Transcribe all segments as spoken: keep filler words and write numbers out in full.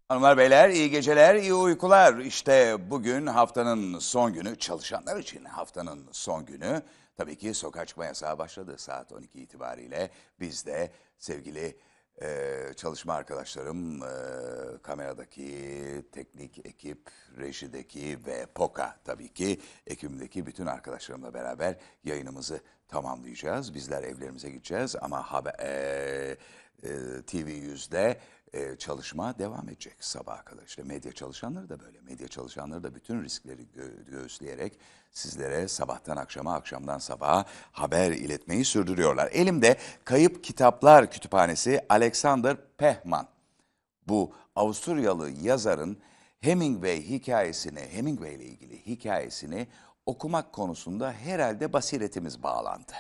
Hanımlar beyler iyi geceler, iyi uykular. İşte bugün haftanın son günü, çalışanlar için haftanın son günü. Tabii ki sokağa çıkma yasağı başladı saat on iki itibariyle. Biz de sevgili e, çalışma arkadaşlarım, e, kameradaki, teknik ekip, rejideki ve POKA tabii ki ekibimdeki bütün arkadaşlarımla beraber yayınımızı tamamlayacağız. Bizler evlerimize gideceğiz ama haber, e, e, T V yüzde e, çalışma devam edecek sabaha kadar. İşte medya çalışanları da böyle. Medya çalışanları da bütün riskleri gö- göğüsleyerek sizlere sabahtan akşama, akşamdan sabaha haber iletmeyi sürdürüyorlar. Elimde Kayıp Kitaplar Kütüphanesi Alexander Pehman. Bu Avusturyalı yazarın Hemingway hikayesini, Hemingway ile ilgili hikayesini okumak konusunda herhalde basiretimiz bağlandı.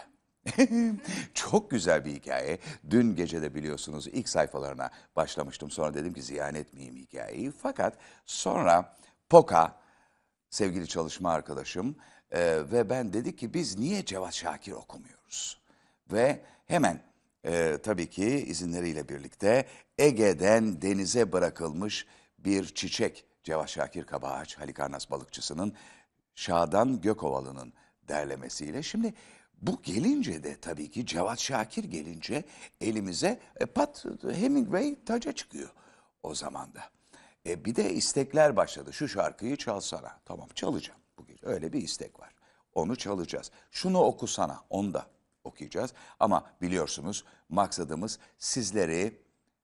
Çok güzel bir hikaye. Dün gece de biliyorsunuz ilk sayfalarına başlamıştım. Sonra dedim ki ziyan etmeyeyim hikayeyi. Fakat sonra Poka, sevgili çalışma arkadaşım e, ve ben dedik ki biz niye Cevat Şakir okumuyoruz? Ve hemen e, tabii ki izinleriyle birlikte Ege'den denize bırakılmış bir çiçek. Cevat Şakir Kabaağaç, Halikarnas balıkçısının Şadan Gökovalı'nın derlemesiyle. Şimdi bu gelince de tabii ki Cevat Şakir gelince elimize e, pat Hemingway taca çıkıyor o zaman da. E, bir de istekler başladı. Şu şarkıyı çalsana. Tamam çalacağım bu gece. Öyle bir istek var. Onu çalacağız. Şunu okusana. Onu da okuyacağız. Ama biliyorsunuz maksadımız sizleri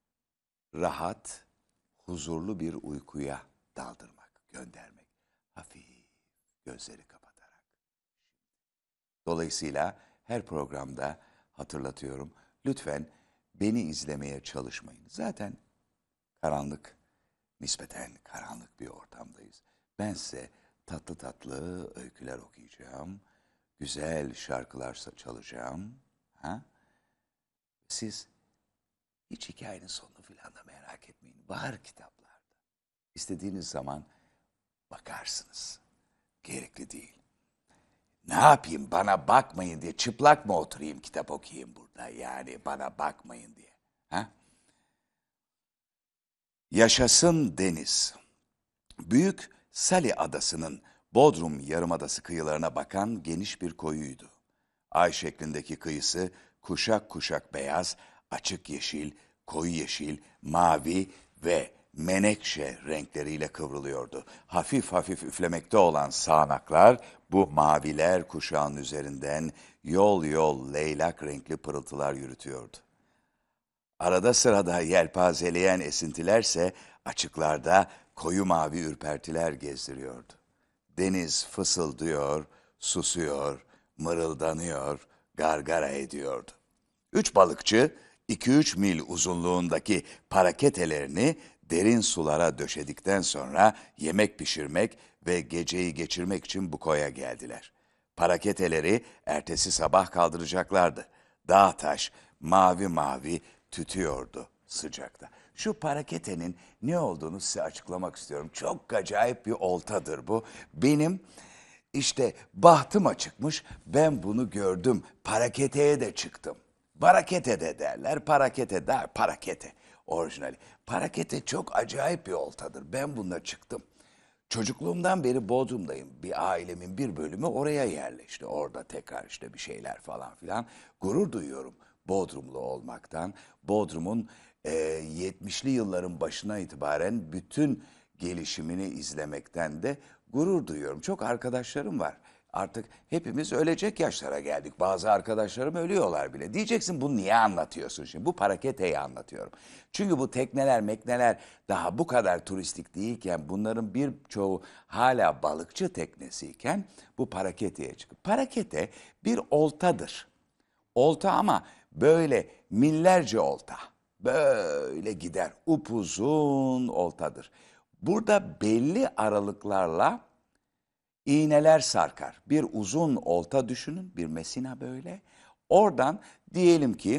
rahat, huzurlu bir uykuya daldırmak, göndermek. Hafif gözleri kapatarak. Dolayısıyla her programda hatırlatıyorum. Lütfen beni izlemeye çalışmayın. Zaten karanlık, nispeten karanlık bir ortamdayız. Ben size tatlı tatlı öyküler okuyacağım. Güzel şarkılar çalacağım. Ha? Siz hiç hikayenin sonunu filan da merak etmeyin. Var kitaplarda. İstediğiniz zaman bakarsınız. Gerekli değil. Ne yapayım bana bakmayın diye çıplak mı oturayım kitap okuyayım burada yani bana bakmayın diye. Ha? Yaşasın deniz. Büyük Sali Adası'nın Bodrum Yarımadası kıyılarına bakan geniş bir koyuydu. Ay şeklindeki kıyısı kuşak kuşak beyaz, açık yeşil, koyu yeşil, mavi ve menekşe renkleriyle kıvrılıyordu. Hafif hafif üflemekte olan sağanaklar bu maviler kuşağın üzerinden yol yol leylak renkli pırıltılar yürütüyordu. Arada sırada yelpazeleyen esintilerse açıklarda koyu mavi ürpertiler gezdiriyordu. Deniz fısıldıyor, susuyor, mırıldanıyor, gargara ediyordu. Üç balıkçı iki üç mil uzunluğundaki paraketelerini derin sulara döşedikten sonra yemek pişirmek ve geceyi geçirmek için bu koya geldiler. Paraketeleri ertesi sabah kaldıracaklardı. Dağ taş mavi mavi tütüyordu sıcakta. Şu paraketenin ne olduğunu size açıklamak istiyorum. Çok acayip bir oltadır bu. Benim işte bahtıma çıkmış, ben bunu gördüm. Paraketeye de çıktım. Barakete de derler, parakete der, parakete orijinali. Parakete çok acayip bir oltadır. Ben bununla çıktım. Çocukluğumdan beri Bodrum'dayım. Bir ailemin bir bölümü oraya yerleşti. Orada tekrar işte bir şeyler falan filan. Gurur duyuyorum Bodrumlu olmaktan. Bodrum'un e, yetmişli yılların başına itibaren bütün gelişimini izlemekten de gurur duyuyorum. Çok arkadaşlarım var. Artık hepimiz ölecek yaşlara geldik. Bazı arkadaşlarım ölüyorlar bile. Diyeceksin bunu niye anlatıyorsun şimdi? Bu paraketeyi anlatıyorum. Çünkü bu tekneler mekneler daha bu kadar turistik değilken bunların birçoğu hala balıkçı teknesiyken bu paraketeye çıkıp. Parakete bir oltadır. Olta ama böyle millerce olta. Böyle gider. Upuzun oltadır. Burada belli aralıklarla iğneler sarkar. Bir uzun olta düşünün, bir mesina böyle. Oradan diyelim ki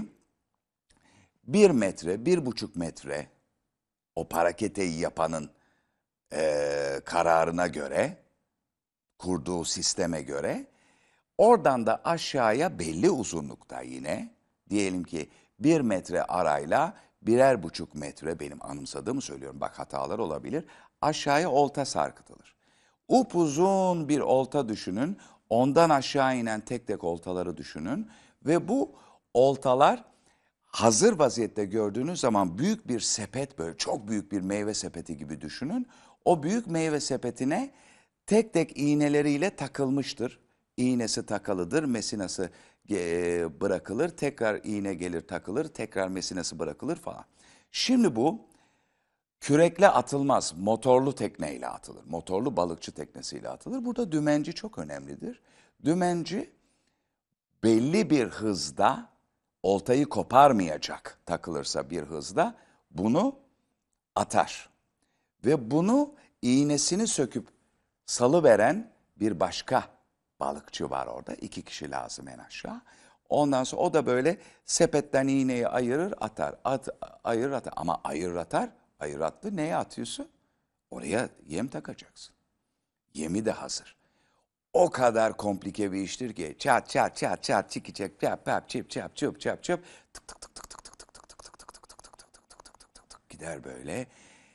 bir metre, bir buçuk metre o paraketeyi yapanın eee, kararına göre, kurduğu sisteme göre, oradan da aşağıya belli uzunlukta yine, diyelim ki bir metre arayla birer buçuk metre, benim anımsadığımı söylüyorum, bak hatalar olabilir, aşağıya olta sarkıtılır. Upuzun bir olta düşünün, ondan aşağı inen tek tek oltaları düşünün ve bu oltalar hazır vaziyette gördüğünüz zaman büyük bir sepet, böyle çok büyük bir meyve sepeti gibi düşünün. O büyük meyve sepetine tek tek iğneleriyle takılmıştır. İğnesi takılıdır, mesinası e, bırakılır, tekrar iğne gelir takılır, tekrar mesinası bırakılır falan. Şimdi bu kürekle atılmaz, motorlu tekneyle atılır. Motorlu balıkçı teknesiyle atılır. Burada dümenci çok önemlidir. Dümenci belli bir hızda, oltayı koparmayacak takılırsa bir hızda, bunu atar. Ve bunu iğnesini söküp salıveren bir başka balıkçı var orada. İki kişi lazım en aşağı. Ondan sonra o da böyle sepetten iğneyi ayırır atar. At, ayırır atar. Ama ayır atar. Ayır attı. Neye atıyorsun? Oraya yem takacaksın. Yemi de hazır. O kadar komplike bir iştir ki çat çat çat çat çiki çek çap çap çip çap çup çap çup tık tık tık tık tık tık tık tık tık tık tık tık tık tık tık tık tık tık tık gider böyle.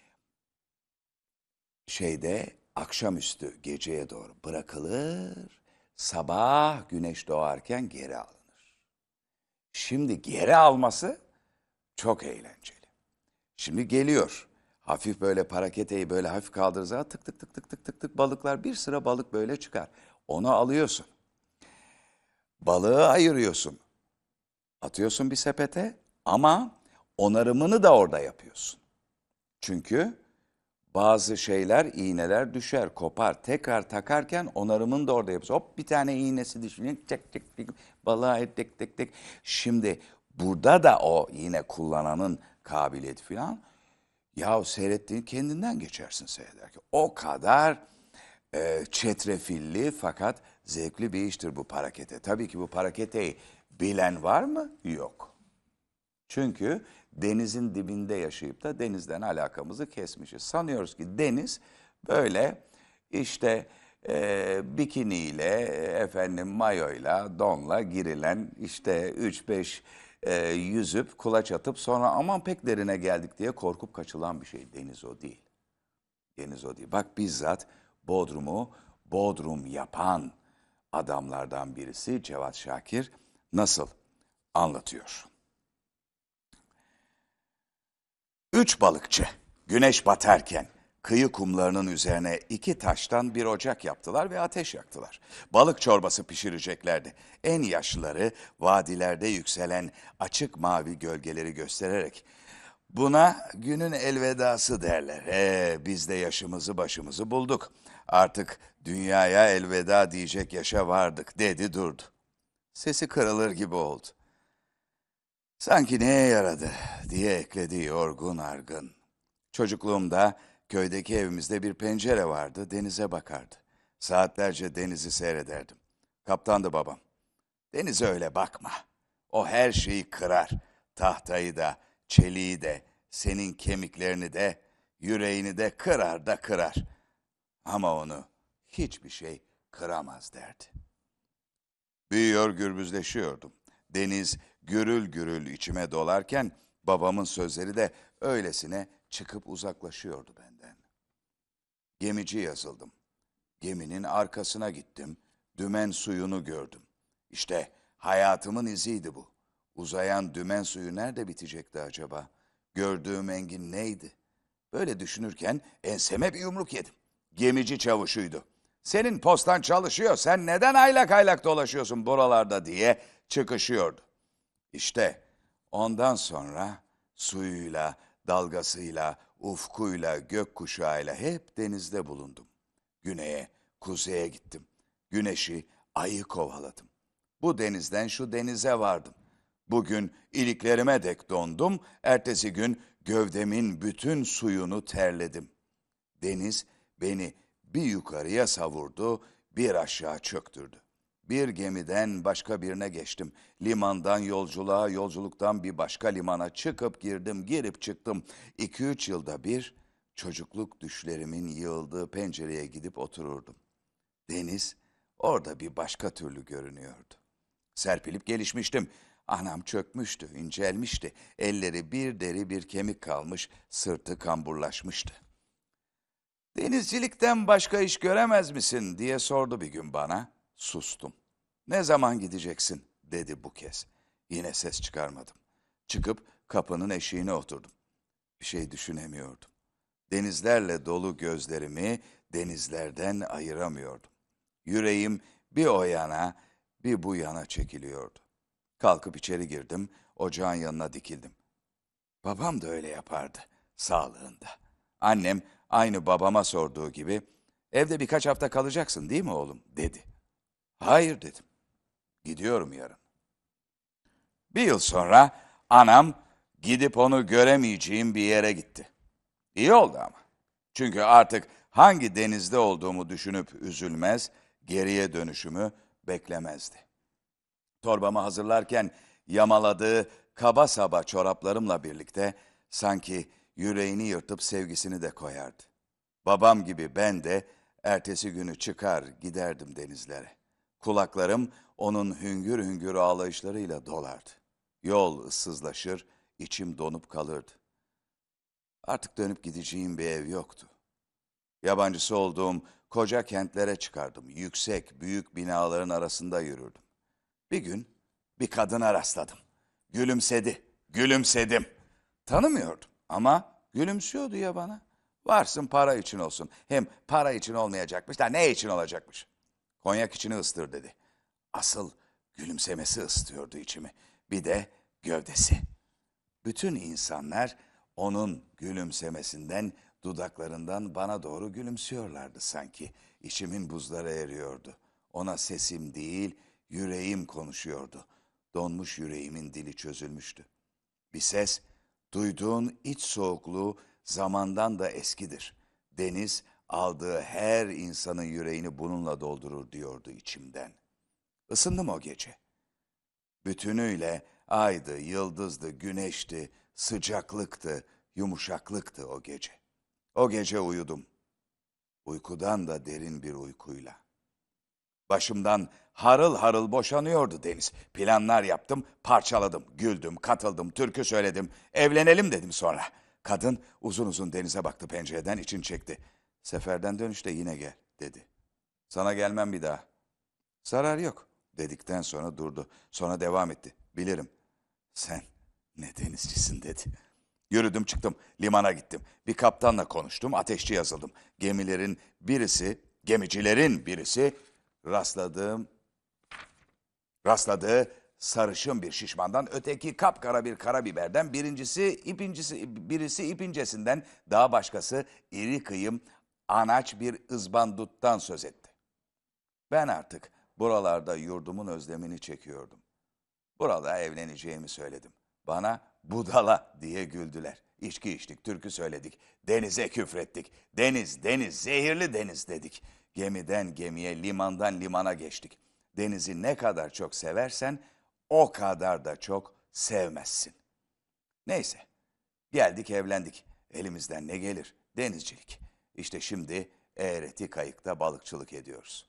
Şeyde akşamüstü geceye doğru bırakılır. Sabah güneş doğarken geri alınır. Şimdi geri alması çok eğlenceli. Şimdi geliyor. Hafif böyle paraketeyi böyle hafif kaldırır zaman tık tık tık tık tık tık tık balıklar, bir sıra balık böyle çıkar. Onu alıyorsun. Balığı ayırıyorsun. Atıyorsun bir sepete ama onarımını da orada yapıyorsun. Çünkü bazı şeyler, iğneler düşer, kopar. Tekrar takarken onarımını da orada yapıyorsun. Hop bir tane iğnesi düşünün. Tek tek tek balığa tek tek tek. Şimdi burada da o yine kullananın kabiliyeti falan. Ya seyrettiğin kendinden geçersin seyrederken. O kadar e, çetrefilli fakat zevkli bir iştir bu parakete. Tabii ki bu paraketeyi bilen var mı? Yok. Çünkü denizin dibinde yaşayıp da denizden alakamızı kesmişiz. Sanıyoruz ki deniz böyle işte e, bikiniyle, efendim mayoyla, donla girilen işte üç beş e, yüzüp kulaç atıp sonra aman pek derine geldik diye korkup kaçılan bir şey. Deniz o değil. Deniz o değil. Bak bizzat Bodrum'u Bodrum yapan adamlardan birisi Cevat Şakir nasıl anlatıyor? Üç balıkçı güneş batarken kıyı kumlarının üzerine iki taştan bir ocak yaptılar ve ateş yaktılar. Balık çorbası pişireceklerdi. En yaşlıları vadilerde yükselen açık mavi gölgeleri göstererek buna günün elvedası derler. Ee, biz de yaşımızı başımızı bulduk. Artık dünyaya elveda diyecek yaşa vardık dedi durdu. Sesi kırılır gibi oldu. Sanki neye yaradı diye ekledi yorgun argın. Çocukluğumda köydeki evimizde bir pencere vardı, denize bakardı. Saatlerce denizi seyrederdim. Kaptandı babam. Denize öyle bakma. O her şeyi kırar. Tahtayı da, çeliği de, senin kemiklerini de, yüreğini de kırar da kırar. Ama onu hiçbir şey kıramaz derdi. Büyüyor gürbüzleşiyordum. Deniz gürül gürül içime dolarken babamın sözleri de öylesine çıkıp uzaklaşıyordu benden. Gemici yazıldım. Geminin arkasına gittim. Dümen suyunu gördüm. İşte hayatımın iziydi bu. Uzayan dümen suyu nerede bitecekti acaba? Gördüğüm engin neydi? Böyle düşünürken enseme bir yumruk yedim. Gemici çavuşuydu. Senin postan çalışıyor, sen neden aylak aylak dolaşıyorsun buralarda diye çıkışıyordu. İşte ondan sonra suyuyla, dalgasıyla, ufkuyla, gökkuşağıyla hep denizde bulundum. Güneye, kuzeye gittim. Güneşi, ayı kovaladım. Bu denizden şu denize vardım. Bugün iliklerime dek dondum, ertesi gün gövdemin bütün suyunu terledim. Deniz beni bir yukarıya savurdu, bir aşağı çöktürdü. Bir gemiden başka birine geçtim. Limandan yolculuğa, yolculuktan bir başka limana çıkıp girdim, girip çıktım. İki üç yılda bir çocukluk düşlerimin yığıldığı pencereye gidip otururdum. Deniz orada bir başka türlü görünüyordu. Serpilip gelişmiştim. Anam çökmüştü, incelmişti. Elleri bir deri bir kemik kalmış, sırtı kamburlaşmıştı. "Denizcilikten başka iş göremez misin?" diye sordu bir gün bana. Sustum. "Ne zaman gideceksin?" dedi bu kez. Yine ses çıkarmadım. Çıkıp kapının eşiğine oturdum. Bir şey düşünemiyordum. Denizlerle dolu gözlerimi denizlerden ayıramıyordum. Yüreğim bir o yana bir bu yana çekiliyordu. Kalkıp içeri girdim, ocağın yanına dikildim. Babam da öyle yapardı, sağlığında. Annem aynı babama sorduğu gibi, "Evde birkaç hafta kalacaksın değil mi oğlum?" dedi. "Hayır," dedim. "Gidiyorum yarın." Bir yıl sonra anam gidip onu göremeyeceğim bir yere gitti. İyi oldu ama. Çünkü artık hangi denizde olduğumu düşünüp üzülmez, geriye dönüşümü beklemezdi. Torbamı hazırlarken yamaladığı kaba saba çoraplarımla birlikte sanki yüreğini yırtıp sevgisini de koyardı. Babam gibi ben de ertesi günü çıkar giderdim denizlere. Kulaklarım onun hüngür hüngür ağlayışlarıyla dolardı. Yol ıssızlaşır, içim donup kalırdı. Artık dönüp gideceğim bir ev yoktu. Yabancısı olduğum koca kentlere çıkardım. Yüksek, büyük binaların arasında yürürdüm. Bir gün bir kadına rastladım. Gülümsedi, gülümsedim. Tanımıyordum ama gülümsüyordu ya bana. "Varsın para için olsun. Hem para için olmayacakmış da ne için olacakmış?" "Konyak içini ıstır," dedi. Asıl gülümsemesi ısıtıyordu içimi. Bir de gövdesi. Bütün insanlar onun gülümsemesinden, dudaklarından bana doğru gülümsüyorlardı sanki. İçimin buzları eriyordu. Ona sesim değil, yüreğim konuşuyordu. Donmuş yüreğimin dili çözülmüştü. Bir ses, "Duyduğun iç soğukluğu zamandan da eskidir. Deniz aldığı her insanın yüreğini bununla doldurur," diyordu içimden. Isındım o gece. Bütünüyle aydı, yıldızdı, güneşti, sıcaklıktı, yumuşaklıktı o gece. O gece uyudum. Uykudan da derin bir uykuyla. Başımdan harıl harıl boşanıyordu deniz. Planlar yaptım, parçaladım, güldüm, katıldım, türkü söyledim. "Evlenelim," dedim sonra. Kadın uzun uzun denize baktı pencereden, için çekti. "Seferden dönüşte yine gel," dedi. "Sana gelmem bir daha." "Zarar yok," dedikten sonra durdu. Sonra devam etti. "Bilirim. Sen ne denizcisin," dedi. Yürüdüm çıktım. Limana gittim. Bir kaptanla konuştum. Ateşçi yazıldım. Gemilerin birisi, gemicilerin birisi rastladığım, rastladığı sarışın bir şişmandan, öteki kapkara bir karabiberden, birincisi ipincisi, birisi ipincesinden, daha başkası iri kıyım anaç bir ızbanduttan söz etti. Ben artık buralarda yurdumun özlemini çekiyordum. Burada evleneceğimi söyledim. Bana "budala" diye güldüler. İçki içtik, türkü söyledik, denize küfrettik. "Deniz, deniz, zehirli deniz," dedik. Gemiden gemiye, limandan limana geçtik. Denizi ne kadar çok seversen o kadar da çok sevmezsin. Neyse, geldik evlendik. Elimizden ne gelir? Denizcilik. İşte şimdi eğreti kayıkta balıkçılık ediyoruz.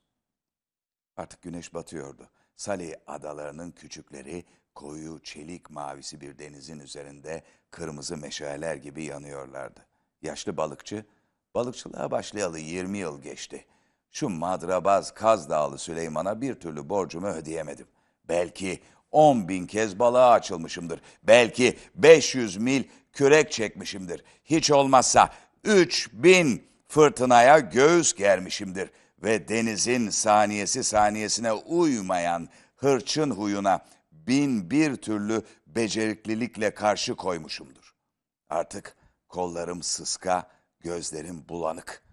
Artık güneş batıyordu. Salih adalarının küçükleri koyu çelik mavisi bir denizin üzerinde kırmızı meşaleler gibi yanıyorlardı. Yaşlı balıkçı, "Balıkçılığa başlayalı yirmi yıl geçti. Şu madrabaz Kaz Dağlı Süleyman'a bir türlü borcumu ödeyemedim. Belki on bin kez balığa açılmışımdır. Belki beş yüz mil kürek çekmişimdir. Hiç olmazsa üç bin fırtınaya göğüs germişimdir. Ve denizin saniyesi saniyesine uymayan hırçın huyuna bin bir türlü beceriklilikle karşı koymuşumdur. Artık kollarım sıska, gözlerim bulanık.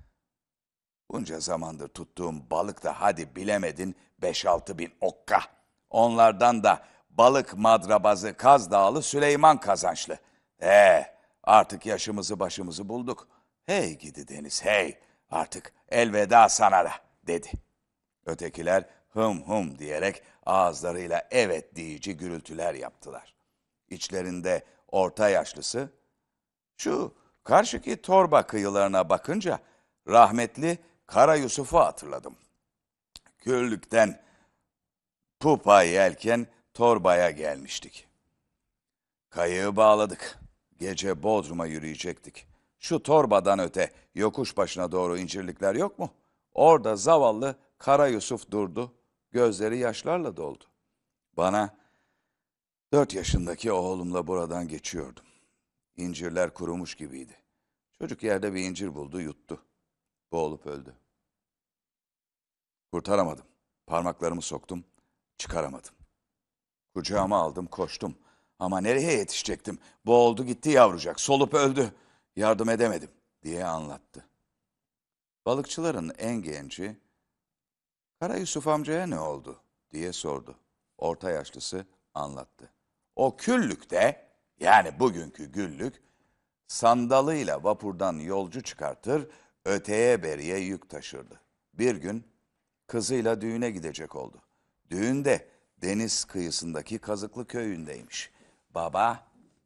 Bunca zamandır tuttuğum balık da hadi bilemedin beş altı bin okka. Onlardan da balık madrabazı Kaz Dağlı Süleyman kazançlı. Ee, artık yaşımızı başımızı bulduk. Hey gidi deniz hey, artık elveda sana da," dedi. Ötekiler hım hım diyerek ağızlarıyla evet deyici gürültüler yaptılar. İçlerinde orta yaşlısı, "Şu karşıki torba kıyılarına bakınca rahmetli Kara Yusuf'u hatırladım. Küllükten pupa yelken torbaya gelmiştik. Kayığı bağladık. Gece Bodrum'a yürüyecektik. Şu torbadan öte yokuş başına doğru incirlikler yok mu? Orada zavallı Kara Yusuf durdu. Gözleri yaşlarla doldu. Bana dört yaşındaki oğlumla buradan geçiyordum. İncirler kurumuş gibiydi. Çocuk yerde bir incir buldu, yuttu. Boğulup öldü. Kurtaramadım. Parmaklarımı soktum, çıkaramadım. Kucağıma aldım, koştum. Ama nereye yetişecektim? Boğuldu gitti yavrucak, solup öldü. Yardım edemedim diye anlattı. Balıkçıların en genci, Kara Yusuf amcaya ne oldu diye sordu. Orta yaşlısı anlattı. O küllükte, yani bugünkü güllük, sandalıyla vapurdan yolcu çıkartır, öteye beriye yük taşırdı. Bir gün kızıyla düğüne gidecek oldu. Düğün de deniz kıyısındaki Kazıklı köyündeymiş. Baba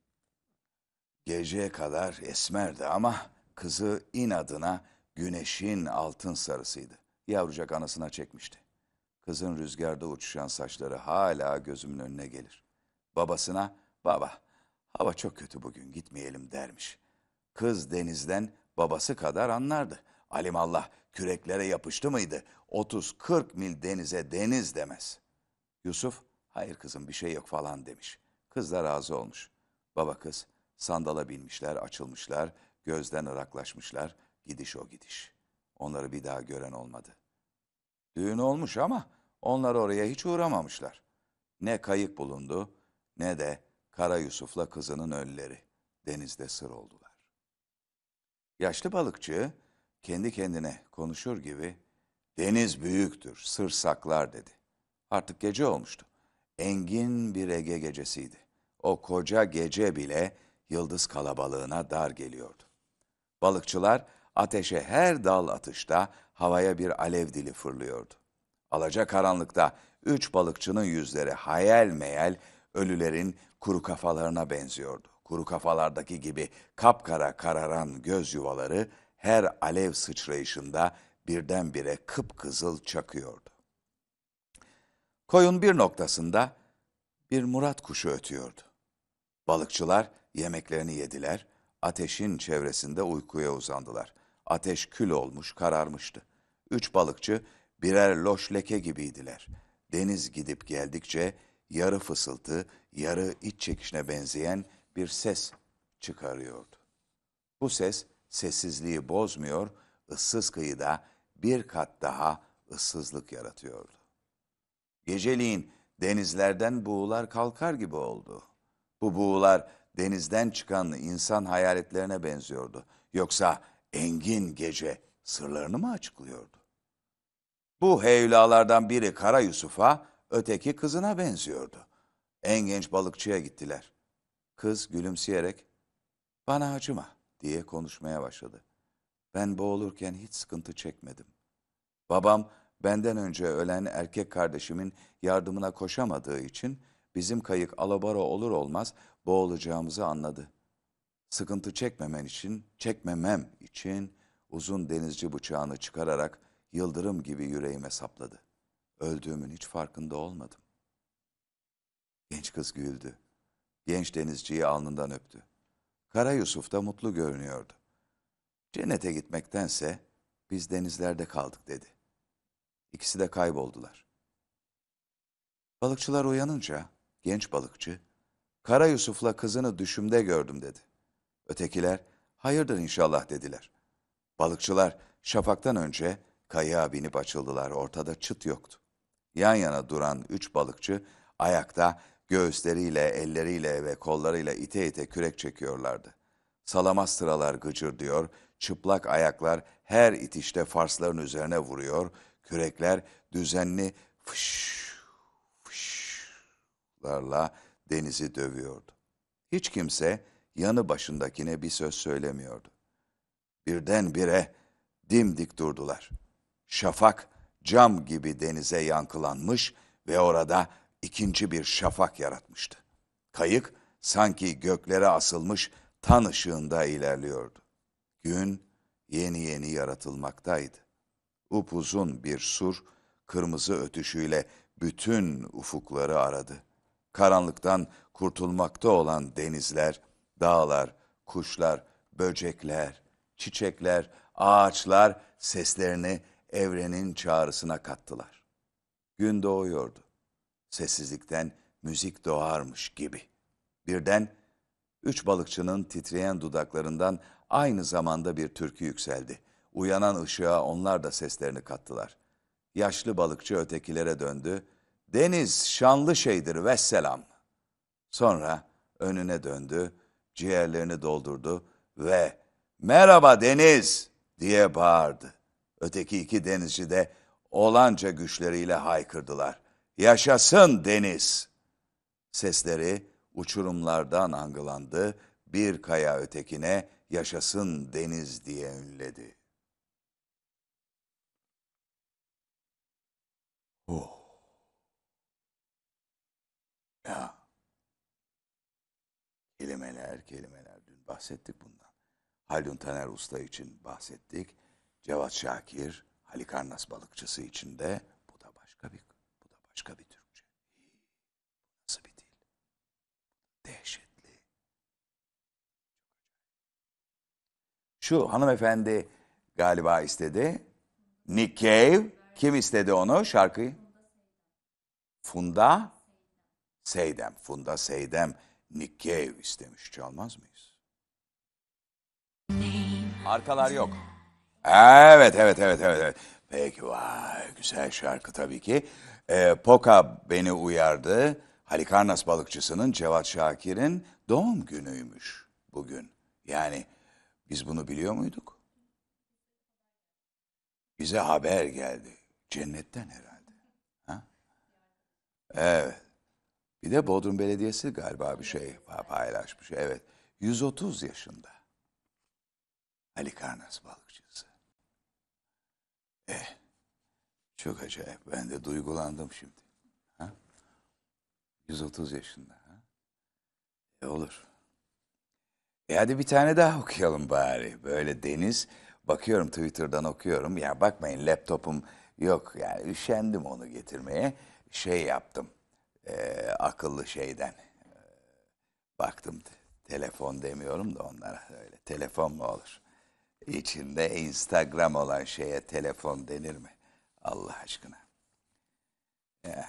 geceye kadar esmerdi ama kızı inadına güneşin altın sarısıydı. Yavrucak anasına çekmişti. Kızın rüzgarda uçuşan saçları hala gözümün önüne gelir. Babasına, baba hava çok kötü bugün gitmeyelim dermiş. Kız denizden babası kadar anlardı. Alimallah küreklere yapıştı mıydı? otuz kırk mil denize deniz demez. Yusuf, hayır kızım bir şey yok falan demiş. Kız da razı olmuş. Baba kız sandala binmişler, açılmışlar, gözden ıraklaşmışlar. Gidiş o gidiş. Onları bir daha gören olmadı. Düğün olmuş ama onlar oraya hiç uğramamışlar. Ne kayık bulundu ne de Kara Yusuf'la kızının ölüleri denizde sır oldular. Yaşlı balıkçı kendi kendine konuşur gibi deniz büyüktür, sır saklar dedi. Artık gece olmuştu. Engin bir Ege gecesiydi. O koca gece bile yıldız kalabalığına dar geliyordu. Balıkçılar ateşe her dal atışta havaya bir alev dili fırlıyordu. Alacakaranlıkta üç balıkçının yüzleri hayal meyal ölülerin kuru kafalarına benziyordu. Kuru kafalardaki gibi kapkara kararan göz yuvaları her alev sıçrayışında birdenbire kıpkızıl çakıyordu. Koyun bir noktasında bir murat kuşu ötüyordu. Balıkçılar yemeklerini yediler, ateşin çevresinde uykuya uzandılar. Ateş kül olmuş, kararmıştı. Üç balıkçı birer loş leke gibiydiler. Deniz gidip geldikçe yarı fısıltı, yarı iç çekişine benzeyen bir ses çıkarıyordu. Bu ses sessizliği bozmuyor, ıssız kıyıda bir kat daha ıssızlık yaratıyordu. Geceliğin denizlerden buğular kalkar gibi oldu. Bu buğular denizden çıkan insan hayaletlerine benziyordu. Yoksa engin gece sırlarını mı açıklıyordu? Bu heyulalardan biri Kara Yusuf'a, öteki kızına benziyordu. En genç balıkçıya gittiler. Kız gülümseyerek, "Bana acıma," diye konuşmaya başladı. "Ben boğulurken hiç sıkıntı çekmedim. Babam benden önce ölen erkek kardeşimin yardımına koşamadığı için bizim kayık alabora olur olmaz boğulacağımızı anladı. Sıkıntı çekmemen için, çekmemem için uzun denizci bıçağını çıkararak yıldırım gibi yüreğime sapladı. Öldüğümün hiç farkında olmadım." Genç kız güldü. Genç denizciyi alnından öptü. Kara Yusuf da mutlu görünüyordu. "Cennete gitmektense biz denizlerde kaldık," dedi. İkisi de kayboldular. Balıkçılar uyanınca genç balıkçı, "Kara Yusuf'la kızını düşümde gördüm," dedi. Ötekiler, "Hayırdır inşallah," dediler. Balıkçılar şafaktan önce kayığa binip açıldılar. Ortada çıt yoktu. Yan yana duran üç balıkçı ayakta göğüsleriyle, elleriyle ve kollarıyla ite ite kürek çekiyorlardı. Salamastıralar gıcırdıyor, çıplak ayaklar her itişte farsların üzerine vuruyor, kürekler düzenli fış fışlarla denizi dövüyordu. Hiç kimse yanı başındakine bir söz söylemiyordu. Birdenbire dimdik durdular. Şafak cam gibi denize yankılanmış ve orada ikinci bir şafak yaratmıştı. Kayık sanki göklere asılmış tan ışığında ilerliyordu. Gün yeni yeni yaratılmaktaydı. Upuzun bir sur, kırmızı ötüşüyle bütün ufukları aradı. Karanlıktan kurtulmakta olan denizler, dağlar, kuşlar, böcekler, çiçekler, ağaçlar seslerini evrenin çağrısına kattılar. Gün doğuyordu. Sessizlikten müzik doğarmış gibi. Birden üç balıkçının titreyen dudaklarından aynı zamanda bir türkü yükseldi. Uyanan ışığa onlar da seslerini kattılar. Yaşlı balıkçı ötekilere döndü. Deniz şanlı şeydir vesselam. Sonra önüne döndü, ciğerlerini doldurdu ve merhaba deniz diye bağırdı. Öteki iki denizci de olanca güçleriyle haykırdılar. Yaşasın deniz! Sesleri uçurumlardan angılandı, bir kaya ötekine yaşasın deniz diye ünledi. Oh. Ya. Kelimeler, kelimeler. Dün bahsettik bundan. Haldun Taner Usta için bahsettik. Cevat Şakir, Halikarnas balıkçısı için de bu da başka bir, bu da başka bir Türkçe. Nasıl bir dil? Dehşetli. Şu hanımefendi galiba istedi. Nick Cave. Kim istedi onu şarkıyı? Funda Seydem. Funda Seydem. Nick Cave istemiş. Çalmaz mıyız? Arkalar yok. Evet, evet, evet, evet. evet. Peki, vay, güzel şarkı tabii ki. Ee, Poka beni uyardı. Halikarnas balıkçısının Cevat Şakir'in doğum günüymüş bugün. Yani biz bunu biliyor muyduk? Bize haber geldi. Cennetten herhalde. Ha? Evet. Bir de Bodrum Belediyesi galiba bir şey paylaşmış. Evet. yüz otuz yaşında. Halikarnas balıkçısı. Eh. Çok acayip. Ben de duygulandım şimdi. Ha? yüz otuz yaşında. Ha? E olur. E hadi bir tane daha okuyalım bari. Böyle deniz. Bakıyorum Twitter'dan okuyorum. Ya bakmayın laptopum yok. Yani üşendim onu getirmeye. Şey yaptım. E, akıllı şeyden. E, baktım. Telefon demiyorum da onlara öyle. Telefon mu olur? İçinde Instagram olan şeye telefon denir mi? Allah aşkına. Ya.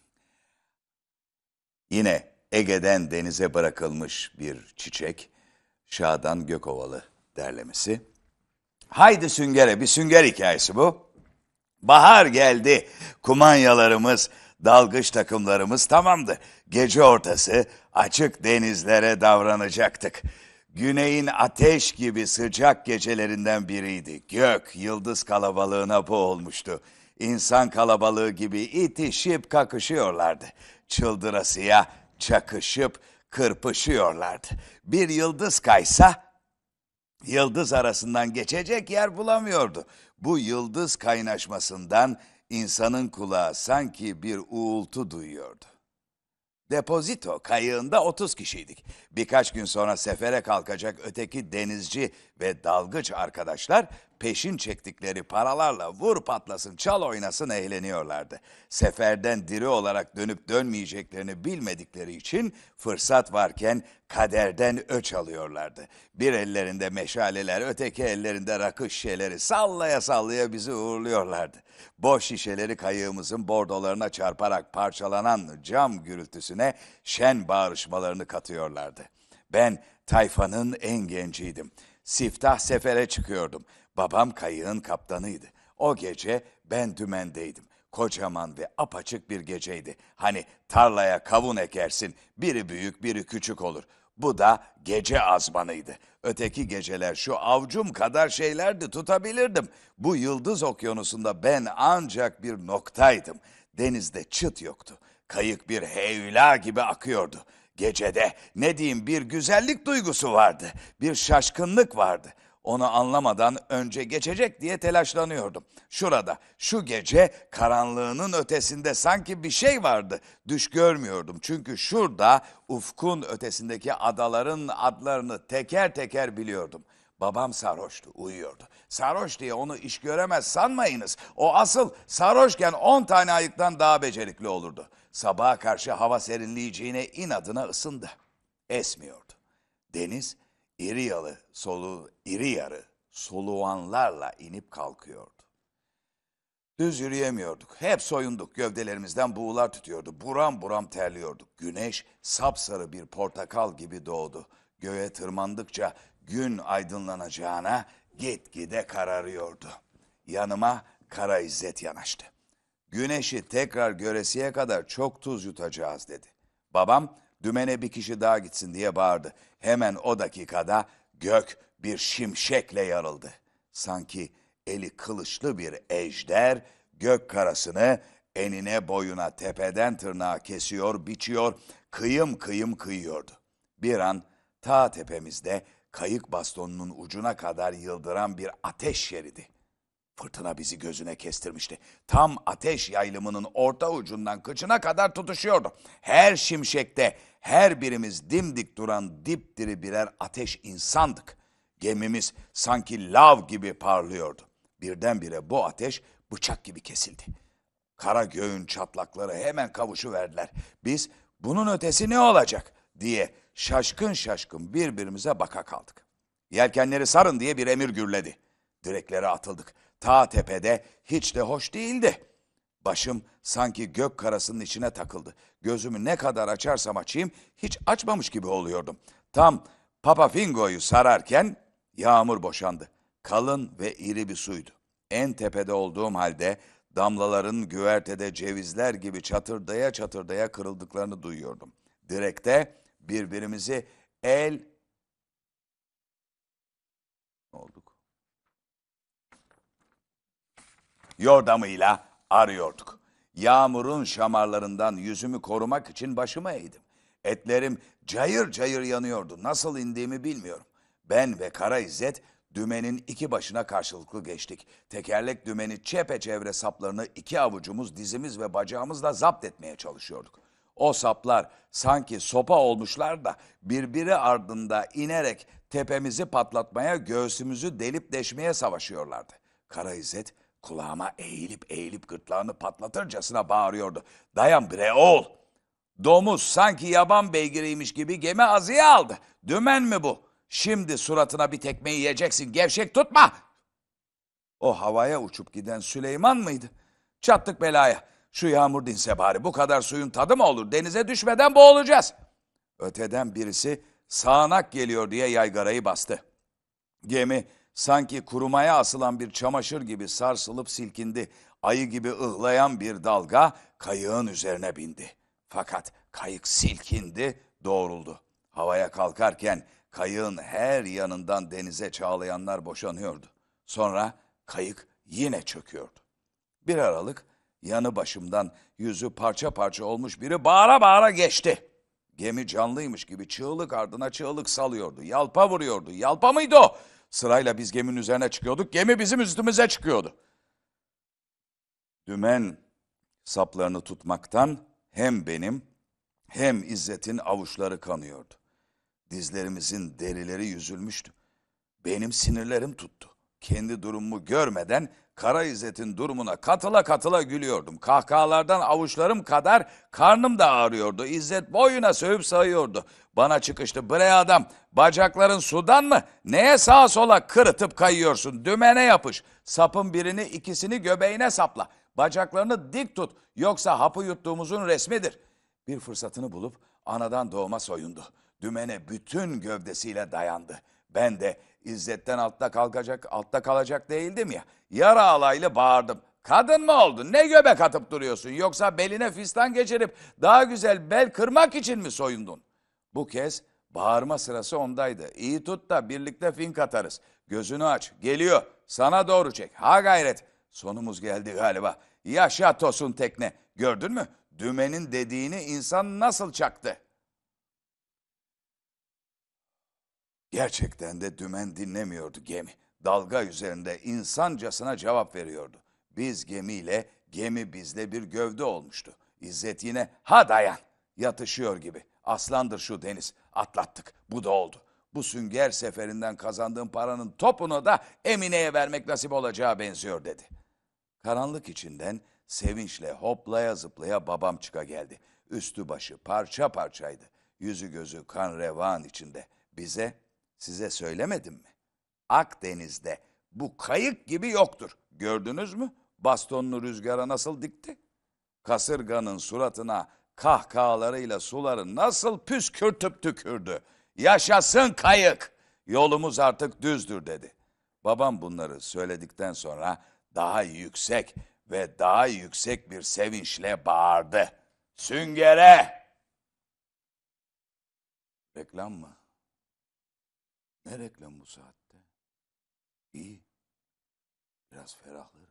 Yine Ege'den denize bırakılmış bir çiçek. Şadan Gökovalı derlemesi. Haydi süngere, bir sünger hikayesi bu. Bahar geldi. Kumanyalarımız, dalgıç takımlarımız tamamdı. Gece ortası açık denizlere davranacaktık. Güneyin ateş gibi sıcak gecelerinden biriydi. Gök yıldız kalabalığına boğulmuştu. İnsan kalabalığı gibi itişip kakışıyorlardı. Çıldırasıya çakışıp kırpışıyorlardı. Bir yıldız kaysa yıldız arasından geçecek yer bulamıyordu. Bu yıldız kaynaşmasından insanın kulağı sanki bir uğultu duyuyordu. Depozito kayığında otuz kişiydik. Birkaç gün sonra sefere kalkacak öteki denizci ve dalgıç arkadaşlar peşin çektikleri paralarla vur patlasın çal oynasın eğleniyorlardı. Seferden diri olarak dönüp dönmeyeceklerini bilmedikleri için fırsat varken kaderden öç alıyorlardı. Bir ellerinde meşaleler, öteki ellerinde rakı şişeleri sallaya sallaya bizi uğurluyorlardı. Boş şişeleri kayığımızın bordolarına çarparak parçalanan cam gürültüsüne şen bağrışmalarını katıyorlardı. Ben tayfanın en genciydim. Siftah sefere çıkıyordum. Babam kayığın kaptanıydı. O gece ben dümendeydim. Kocaman ve apaçık bir geceydi. Hani tarlaya kavun ekersin, biri büyük biri küçük olur. Bu da gece azmanıydı. Öteki geceler şu avcum kadar şeylerdi, tutabilirdim. Bu yıldız okyanusunda ben ancak bir noktaydım. Denizde çıt yoktu. Kayık bir heyula gibi akıyordu. Gecede ne diyeyim bir güzellik duygusu vardı. Bir şaşkınlık vardı. Onu anlamadan önce geçecek diye telaşlanıyordum. Şurada, şu gece karanlığının ötesinde sanki bir şey vardı. Düş görmüyordum çünkü şurada ufkun ötesindeki adaların adlarını teker teker biliyordum. Babam sarhoştu, uyuyordu. Sarhoş diye onu iş göremez sanmayınız. O asıl sarhoşken on tane ayıktan daha becerikli olurdu. Sabaha karşı hava serinleyeceğine inadına ısındı. Esmiyordu. Deniz iri yarı, solu, iri yarı soluğanlarla inip kalkıyordu. Düz yürüyemiyorduk. Hep soyunduk. Gövdelerimizden buğular tutuyordu. Buram buram terliyorduk. Güneş sapsarı bir portakal gibi doğdu. Göğe tırmandıkça gün aydınlanacağına gitgide kararıyordu. Yanıma Kara İzzet yanaştı. Güneşi tekrar göresiye kadar çok tuz yutacağız dedi. Babam dümene bir kişi daha gitsin diye bağırdı. Hemen o dakikada gök bir şimşekle yarıldı. Sanki eli kılıçlı bir ejder gök karasını enine boyuna tepeden tırnağa kesiyor, biçiyor, kıyım kıyım kıyıyordu. Bir an ta tepemizde kayık bastonunun ucuna kadar yıldıran bir ateş şeridi. Fırtına bizi gözüne kestirmişti. Tam ateş yaylımının orta ucundan kıçına kadar tutuşuyordu. Her şimşekte her birimiz dimdik duran dipdiri birer ateş insandık. Gemimiz sanki lav gibi parlıyordu. Birdenbire bu ateş bıçak gibi kesildi. Kara göğün çatlakları hemen kavuşuverdiler. Biz bunun ötesi ne olacak diye şaşkın şaşkın birbirimize baka kaldık. Yelkenleri sarın diye bir emir gürledi. Direklere atıldık. Ta tepede hiç de hoş değildi. Başım sanki gök karasının içine takıldı. Gözümü ne kadar açarsam açayım hiç açmamış gibi oluyordum. Tam Papa Fingo'yu sararken yağmur boşandı. Kalın ve iri bir suydu. En tepede olduğum halde damlaların güvertede cevizler gibi çatırdaya çatırdaya kırıldıklarını duyuyordum. Direkte birbirimizi el... olduk. Yordamıyla arıyorduk. Yağmurun şamarlarından yüzümü korumak için başımı eğdim. Etlerim cayır cayır yanıyordu. Nasıl indiğimi bilmiyorum. Ben ve Kara İzzet dümenin iki başına karşılıklı geçtik. Tekerlek dümeni çepeçevre saplarını iki avucumuz, dizimiz ve bacağımızla zapt etmeye çalışıyorduk. O saplar sanki sopa olmuşlar da birbiri ardında inerek tepemizi patlatmaya, göğsümüzü delip deşmeye savaşıyorlardı. Kara İzzet kulağıma eğilip eğilip gırtlağını patlatırcasına bağırıyordu. Dayan bre oğul! Domuz sanki yaban beygiriymiş gibi gemi azıya aldı. Dümen mi bu? Şimdi suratına bir tekme yiyeceksin, gevşek tutma! O havaya uçup giden Süleyman mıydı? Çattık belaya. Şu yağmur dinse bari, bu kadar suyun tadı mı olur? Denize düşmeden boğulacağız. Öteden birisi sağanak geliyor diye yaygarayı bastı. Gemi sanki kurumaya asılan bir çamaşır gibi sarsılıp silkindi. Ayı gibi ıhlayan bir dalga kayığın üzerine bindi. Fakat kayık silkindi, doğruldu. Havaya kalkarken kayığın her yanından denize çağlayanlar boşanıyordu. Sonra kayık yine çöküyordu. Bir aralık yanı başımdan yüzü parça parça olmuş biri bağıra bağıra geçti. Gemi canlıymış gibi çığlık ardına çığlık salıyordu. Yalpa vuruyordu. Yalpa mıydı o? Sırayla biz geminin üzerine çıkıyorduk. Gemi bizim üstümüze çıkıyordu. Dümen saplarını tutmaktan hem benim hem İzzet'in avuçları kanıyordu. Dizlerimizin derileri yüzülmüştü. Benim sinirlerim tuttu. Kendi durumumu görmeden Kara İzzet'in durumuna katıla katıla gülüyordum. Kahkahalardan avuçlarım kadar karnım da ağrıyordu. İzzet boyuna sövüp sayıyordu. Bana çıkıştı. Bre adam, bacakların sudan mı? Neye sağa sola kırıtıp kayıyorsun? Dümene yapış. Sapın birini, ikisini göbeğine sapla. Bacaklarını dik tut. Yoksa hapı yuttuğumuzun resmidir. Bir fırsatını bulup anadan doğma soyundu. Dümene bütün gövdesiyle dayandı. Ben de İzzet'ten altta kalkacak, altta kalacak değildim ya. Yara alaylı bağırdım. Kadın mı oldun? Ne göbek atıp duruyorsun? Yoksa beline fistan geçirip daha güzel bel kırmak için mi soyundun? Bu kez bağırma sırası ondaydı. İyi tut da birlikte fink atarız. Gözünü aç. Geliyor. Sana doğru çek. Ha gayret. Sonumuz geldi galiba. Yaşa Tosun tekne. Gördün mü? Dümenin dediğini insan nasıl çaktı? Gerçekten de dümen dinlemiyordu gemi. Dalga üzerinde insancasına cevap veriyordu. Biz gemiyle, gemi bizle bir gövde olmuştu. İzzet yine ha dayan yatışıyor gibi. Aslandır şu deniz. Atlattık. Bu da oldu. Bu sünger seferinden kazandığım paranın topunu da Emine'ye vermek nasip olacağı benziyor dedi. Karanlık içinden Sevinçle hoplaya zıplaya babam çıka geldi. Üstü başı parça parçaydı. Yüzü gözü kan revan içinde. Bize, size söylemedim mi? Akdeniz'de bu kayık gibi yoktur. Gördünüz mü? Bastonunu rüzgara nasıl dikti? Kasırganın suratına kahkahalarıyla suları nasıl püskürtüp tükürdü. Yaşasın kayık, yolumuz artık düzdür dedi. Babam bunları söyledikten sonra daha yüksek ve daha yüksek bir sevinçle bağırdı. Süngere! Reklam mı? Ne reklam bu saatte? İyi, biraz ferahlarız.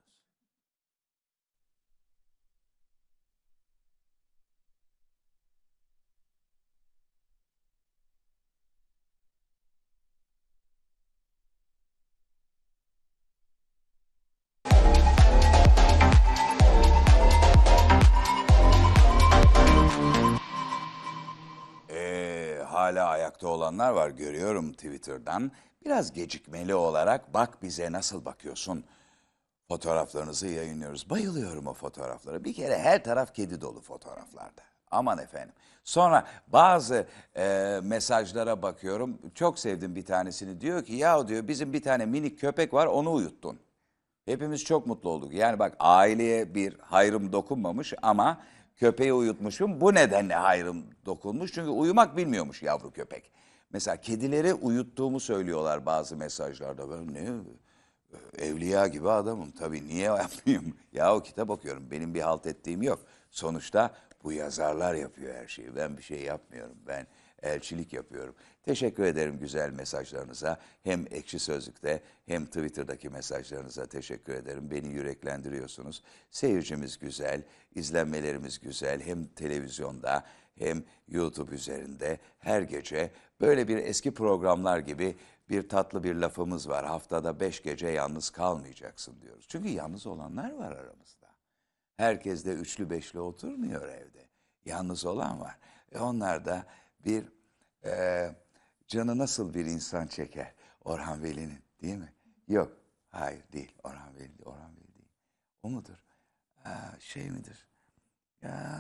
Ee, hala ayakta olanlar var görüyorum Twitter'dan. Biraz gecikmeli olarak bak bize nasıl bakıyorsun. Fotoğraflarınızı yayınlıyoruz. Bayılıyorum o fotoğraflara. Bir kere her taraf kedi dolu fotoğraflarda. Aman efendim. Sonra bazı e, mesajlara bakıyorum. Çok sevdim bir tanesini. Diyor ki ya diyor bizim bir tane minik köpek var onu uyuttun. Hepimiz çok mutlu olduk. Yani bak aileye bir hayrım dokunmamış ama köpeği uyutmuşum. Bu nedenle hayrım dokunmuş. Çünkü uyumak bilmiyormuş yavru köpek. Mesela kedileri uyuttuğumu söylüyorlar bazı mesajlarda. Ben ne evliya gibi adamım. Tabii niye yapmayayım? Ya o kitap okuyorum. Benim bir halt ettiğim yok. Sonuçta bu yazarlar yapıyor her şeyi. Ben bir şey yapmıyorum. Ben elçilik yapıyorum. Teşekkür ederim güzel mesajlarınıza. Hem Ekşi Sözlük'te hem Twitter'daki mesajlarınıza teşekkür ederim. Beni yüreklendiriyorsunuz. Seyircimiz güzel, izlenmelerimiz güzel. Hem televizyonda hem YouTube üzerinde her gece böyle bir eski programlar gibi bir tatlı bir lafımız var. Haftada beş gece yalnız kalmayacaksın diyoruz. Çünkü yalnız olanlar var aramızda. Herkes de üçlü beşli oturmuyor evde. Yalnız olan var. E onlar da bir e, canı nasıl bir insan çeker? Orhan Veli'nin değil mi? Yok. Hayır değil. Orhan Veli, Orhan Veli değil. O mudur? Ha, şey midir? Ya,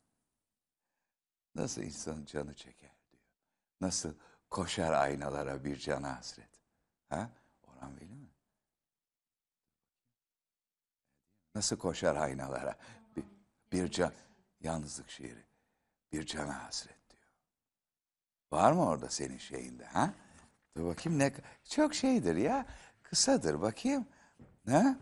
nasıl insanın canı çeker diyor. Nasıl koşar aynalara bir cana hasret. Ha? Orhan Veli mi? Nasıl koşar aynalara bir, bir can, yalnızlık şiiri. Bir cana hasret diyor. Var mı orada senin şeyinde ha? Dur bakayım ne çok şeydir ya. Kısadır bakayım. Ha?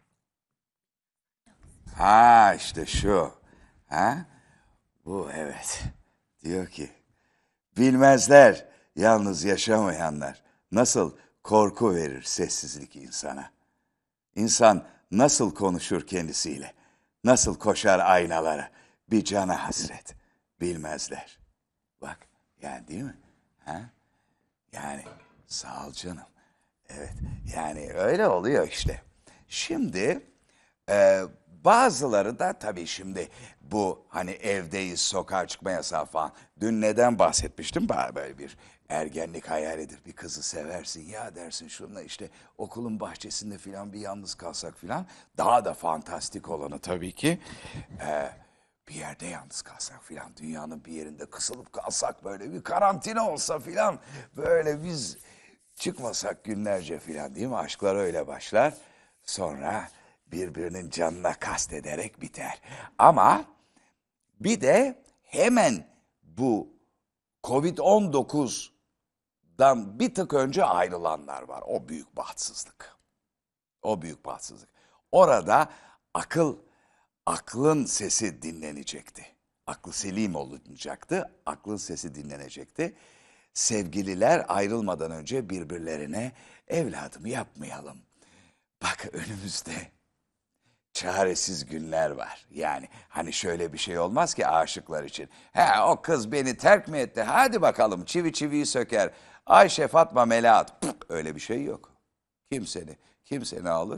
Ha işte şu. Ha? Bu evet. Diyor ki bilmezler yalnız yaşamayanlar nasıl korku verir sessizlik insana. İnsan nasıl konuşur kendisiyle? Nasıl koşar aynalara? Bir cana hasret. Bilmezler. Bak yani değil mi? Ha? Yani sağ ol canım. Evet yani öyle oluyor işte. Şimdi e, bazıları da tabii şimdi bu hani evdeyiz sokağa çıkma yasağı falan. Dün neden bahsetmiştim? Bana böyle bir ergenlik hayalidir. Bir kızı seversin ya dersin şununla işte okulun bahçesinde falan bir yalnız kalsak falan. Daha da fantastik olanı tabii ki e, bir yerde yalnız kalsak filan, dünyanın bir yerinde kısılıp kalsak böyle bir karantina olsa filan, böyle biz çıkmasak günlerce filan değil mi? Aşklar öyle başlar. Sonra birbirinin canına kastederek biter. Ama bir de hemen bu Covid on dokuzdan bir tık önce ayrılanlar var. O büyük bahtsızlık. O büyük bahtsızlık. Orada akıl, aklın sesi dinlenecekti. Aklı selim olunacaktı, aklın sesi dinlenecekti. Sevgililer ayrılmadan önce birbirlerine evladım yapmayalım. Bak önümüzde çaresiz günler var. Yani hani şöyle bir şey olmaz ki aşıklar için. He o kız beni terk mi etti? Hadi bakalım çivi çiviyi söker. Ayşe Fatma Melahat. Pık, öyle bir şey yok. Kim seni? Kim seni alır?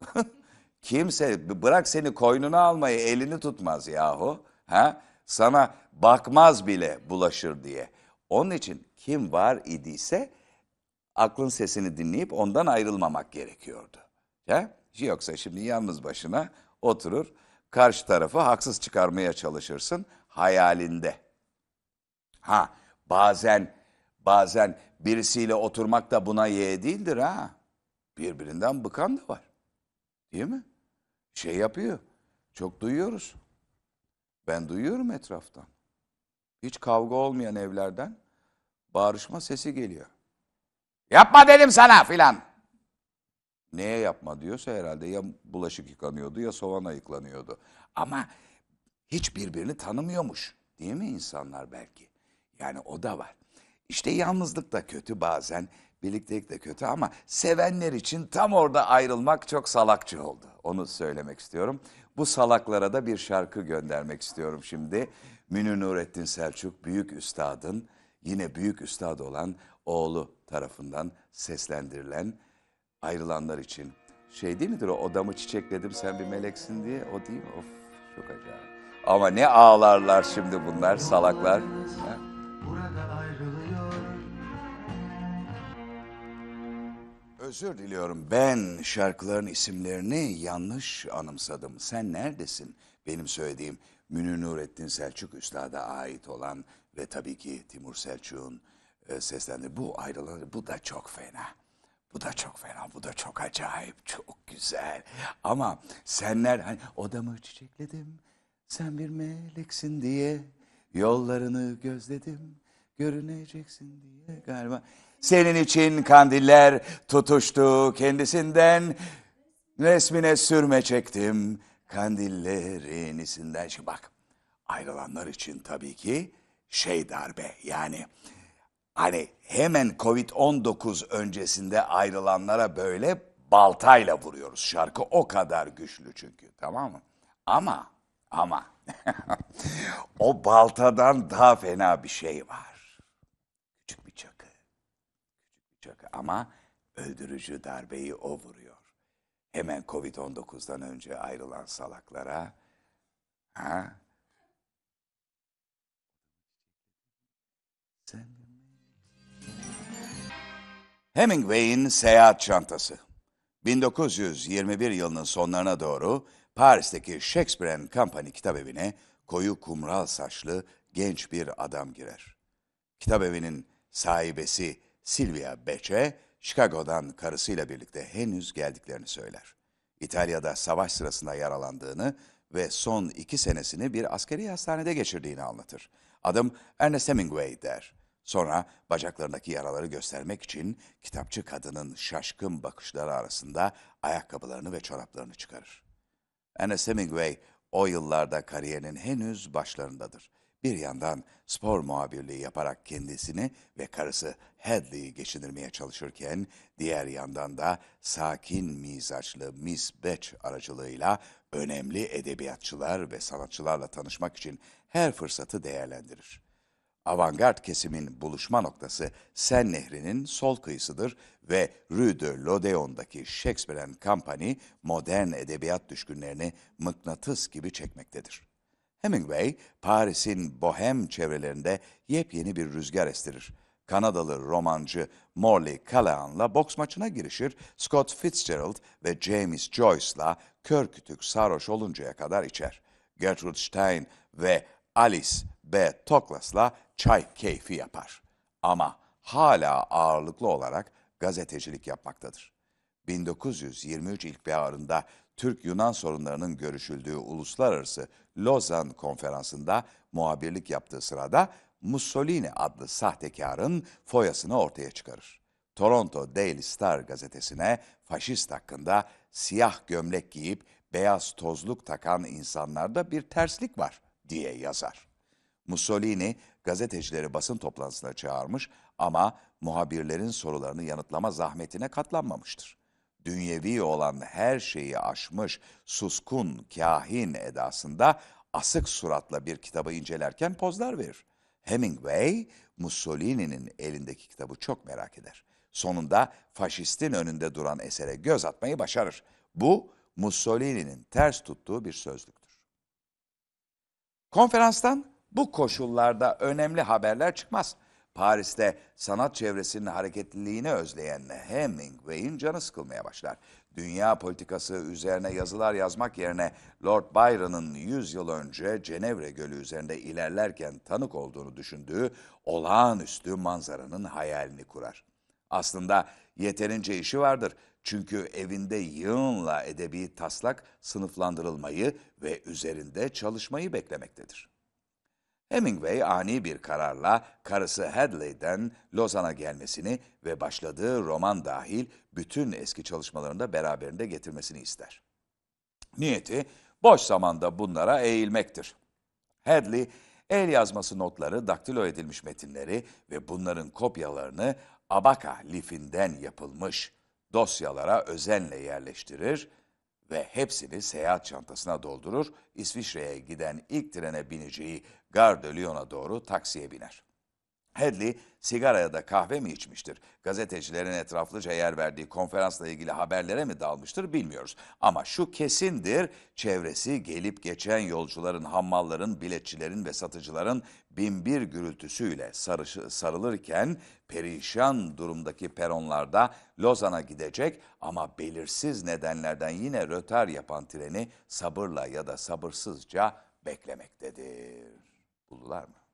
Kimse bırak seni koynuna almayı elini tutmaz yahu. Ha? Sana bakmaz bile bulaşır diye. Onun için kim var idiyse aklın sesini dinleyip ondan ayrılmamak gerekiyordu. Ya? Yoksa şimdi yalnız başına oturur karşı tarafı haksız çıkarmaya çalışırsın hayalinde. Ha, bazen bazen birisiyle oturmak da buna yeğ değildir ha. Birbirinden bıkan da var. Değil mi? Şey yapıyor. Çok duyuyoruz. Ben duyuyorum etraftan. Hiç kavga olmayan evlerden bağırışma sesi geliyor. Yapma dedim sana filan. Neye yapma diyorsa herhalde ya bulaşık yıkanıyordu ya soğan ayıklanıyordu. Ama hiç birbirini tanımıyormuş. Değil mi insanlar belki? Yani o da var. İşte yalnızlık da kötü bazen, birliktelik de kötü ama sevenler için tam orada ayrılmak çok salakça oldu. Onu söylemek istiyorum. Bu salaklara da bir şarkı göndermek istiyorum şimdi. Münir Nurettin Selçuk, büyük üstadın, yine büyük üstad olan oğlu tarafından seslendirilen ayrılanlar için. Şey değil midir o, odamı çiçekledim sen bir meleksin diye, o değil mi? Of, çok acayip. Ama ne ağlarlar şimdi bunlar, salaklar. Ha? Özür diliyorum, ben şarkıların isimlerini yanlış anımsadım. Sen neredesin? Benim söylediğim Münir Nurettin Selçuk Üstad'a ait olan ve tabii ki Timur Selçuk'un e, seslendirdiği bu ayrılan, bu da çok fena. Bu da çok fena, bu da çok acayip, çok güzel. Ama senler, hani odamı çiçekledim, sen bir meleksin diye, yollarını gözledim, görüneceksin diye galiba. Senin için kandiller tutuştu kendisinden, resmine sürme çektim, kandillerin isinden. Şimdi bak, ayrılanlar için tabii ki şey darbe, yani... Hani hemen Covid on dokuz öncesinde ayrılanlara böyle baltayla vuruyoruz. Şarkı o kadar güçlü çünkü, tamam mı? Ama ama o baltadan daha fena bir şey var. Küçük bir çakı. Küçük bir çakı ama öldürücü darbeyi o vuruyor. Hemen Covid on dokuzdan önce ayrılan salaklara, ha? Sen Hemingway'in Seyahat Çantası. bin dokuz yüz yirmi bir yılının sonlarına doğru Paris'teki Shakespeare and Company kitabevine koyu kumral saçlı genç bir adam girer. Kitabevinin sahibesi Sylvia Beche, Chicago'dan karısıyla birlikte henüz geldiklerini söyler. İtalya'da savaş sırasında yaralandığını ve son iki senesini bir askeri hastanede geçirdiğini anlatır. Adım Ernest Hemingway der. Sonra bacaklarındaki yaraları göstermek için kitapçı kadının şaşkın bakışları arasında ayakkabılarını ve çoraplarını çıkarır. Ernest Hemingway o yıllarda kariyerinin henüz başlarındadır. Bir yandan spor muhabirliği yaparak kendisini ve karısı Hadley'i geçindirmeye çalışırken, diğer yandan da sakin mizaçlı Miss Betch aracılığıyla önemli edebiyatçılar ve sanatçılarla tanışmak için her fırsatı değerlendirir. Avantgard kesimin buluşma noktası Sen Nehri'nin sol kıyısıdır ve Rue de l'Odéon'daki Shakespeare and Company modern edebiyat düşkünlerini mıknatıs gibi çekmektedir. Hemingway, Paris'in bohem çevrelerinde yepyeni bir rüzgar estirir. Kanadalı romancı Morley Callahan'la boks maçına girişir, Scott Fitzgerald ve James Joyce'la kör kütük sarhoş oluncaya kadar içer. Gertrude Stein ve Alice B. Toklas'la çay keyfi yapar. Ama hala ağırlıklı olarak gazetecilik yapmaktadır. bin dokuz yüz yirmi üç ilkbaharında Türk-Yunan sorunlarının görüşüldüğü Uluslararası Lozan Konferansı'nda muhabirlik yaptığı sırada Mussolini adlı sahtekarın foyasını ortaya çıkarır. Toronto Daily Star gazetesine faşist hakkında siyah gömlek giyip beyaz tozluk takan insanlarda bir terslik var diye yazar. Mussolini gazetecileri basın toplantısına çağırmış ama muhabirlerin sorularını yanıtlama zahmetine katlanmamıştır. Dünyevi olan her şeyi aşmış, suskun, kahin edasında asık suratla bir kitabı incelerken pozlar verir. Hemingway, Mussolini'nin elindeki kitabı çok merak eder. Sonunda faşistin önünde duran esere göz atmayı başarır. Bu, Mussolini'nin ters tuttuğu bir sözlüktür. Konferanstan bu koşullarda önemli haberler çıkmaz. Paris'te sanat çevresinin hareketliliğini özleyen Hemingway'in canı sıkılmaya başlar. Dünya politikası üzerine yazılar yazmak yerine Lord Byron'ın yüz yıl önce Cenevre Gölü üzerinde ilerlerken tanık olduğunu düşündüğü olağanüstü manzaranın hayalini kurar. Aslında yeterince işi vardır. Çünkü evinde yığınla edebi taslak sınıflandırılmayı ve üzerinde çalışmayı beklemektedir. Hemingway ani bir kararla karısı Hadley'den Lozan'a gelmesini ve başladığı roman dahil bütün eski çalışmalarında beraberinde getirmesini ister. Niyeti boş zamanda bunlara eğilmektir. Hadley, el yazması notları, daktilo edilmiş metinleri ve bunların kopyalarını abaka lifinden yapılmış dosyalara özenle yerleştirir ve hepsini seyahat çantasına doldurur, İsviçre'ye giden ilk trene bineceği Gare de Lyon'a doğru taksiye biner. Hadley, sigara ya da kahve mi içmiştir? Gazetecilerin etraflıca yer verdiği konferansla ilgili haberlere mi dalmıştır bilmiyoruz. Ama şu kesindir, çevresi gelip geçen yolcuların, hammalların, biletçilerin ve satıcıların binbir gürültüsüyle sarışı, sarılırken perişan durumdaki peronlarda Lozan'a gidecek ama belirsiz nedenlerden yine rötar yapan treni sabırla ya da sabırsızca beklemektedir. Buldular mı?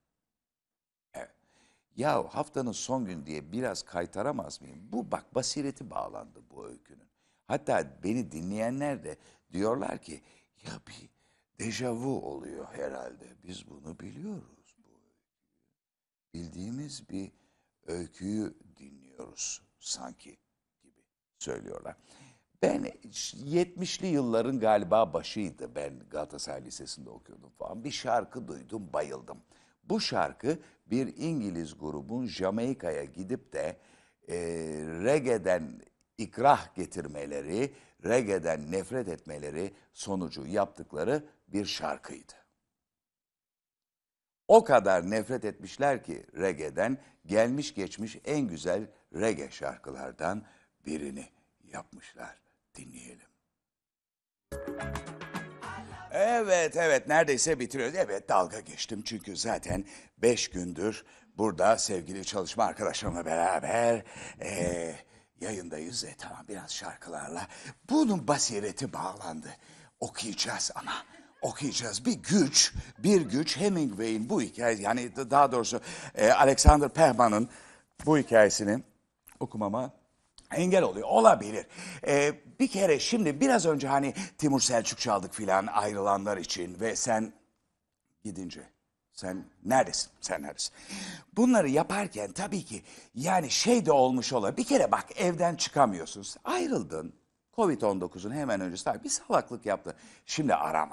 Ya haftanın son gün diye biraz kaytaramaz mıyım? Bu bak basireti bağlandı bu öykünün. Hatta beni dinleyenler de diyorlar ki ya bir dejavu oluyor herhalde. Biz bunu biliyoruz. Bu bildiğimiz bir öyküyü dinliyoruz sanki gibi söylüyorlar. Ben yetmişli yılların galiba başıydı. Ben Galatasaray Lisesi'nde okuyordum falan. Bir şarkı duydum, bayıldım. Bu şarkı bir İngiliz grubun Jamaika'ya gidip de e, reggae'den ikrah getirmeleri, reggae'den nefret etmeleri sonucu yaptıkları bir şarkıydı. O kadar nefret etmişler ki reggae'den gelmiş geçmiş en güzel reggae şarkılardan birini yapmışlar. Dinleyelim. Evet, evet. Neredeyse bitiriyoruz. Evet, dalga geçtim. Çünkü zaten beş gündür burada sevgili çalışma arkadaşlarımla beraber eee, yayındayız. E, tamam, biraz şarkılarla. Bunun basireti bağlandı. Okuyacağız ama. Okuyacağız. Bir güç, bir güç Hemingway'in bu hikaye, yani daha doğrusu e, Alexander Pehman'ın bu hikayesini okumama engel oluyor. Olabilir. Ee, bir kere şimdi biraz önce hani Timur Selçuk çaldık filan ayrılanlar için ve sen gidince. Sen neredesin? Sen neredesin? Bunları yaparken tabii ki yani şey de olmuş olabilir. Bir kere bak evden çıkamıyorsunuz. Ayrıldın. Covid on dokuzun hemen öncesi tabii bir salaklık yaptı. Şimdi arama.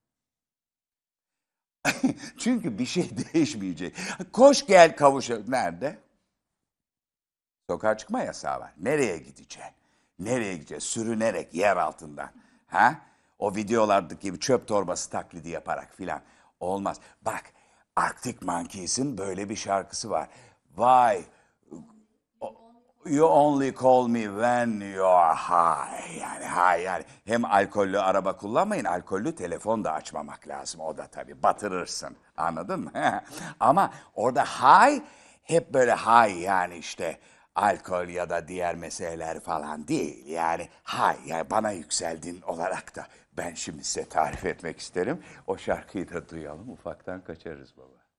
Çünkü bir şey değişmeyecek. Koş gel kavuş. Nerede? Sokağa çıkma yasağı var. Nereye gideceksin? Nereye gideceğiz? Sürünerek yer altından. Ha? O videolardaki gibi çöp torbası taklidi yaparak filan. Olmaz. Bak Arctic Monkeys'in böyle bir şarkısı var. Why you only call me when you're high. Yani high yani. Hem alkollü araba kullanmayın, alkollü telefon da açmamak lazım. O da tabii batırırsın. Anladın mı? Ama orada high hep böyle high yani işte alkol ya da diğer meseleler falan değil. Yani hay yani bana yükseldin olarak da ben şimdi size tarif etmek isterim. O şarkıyı da duyalım, ufaktan kaçarız baba.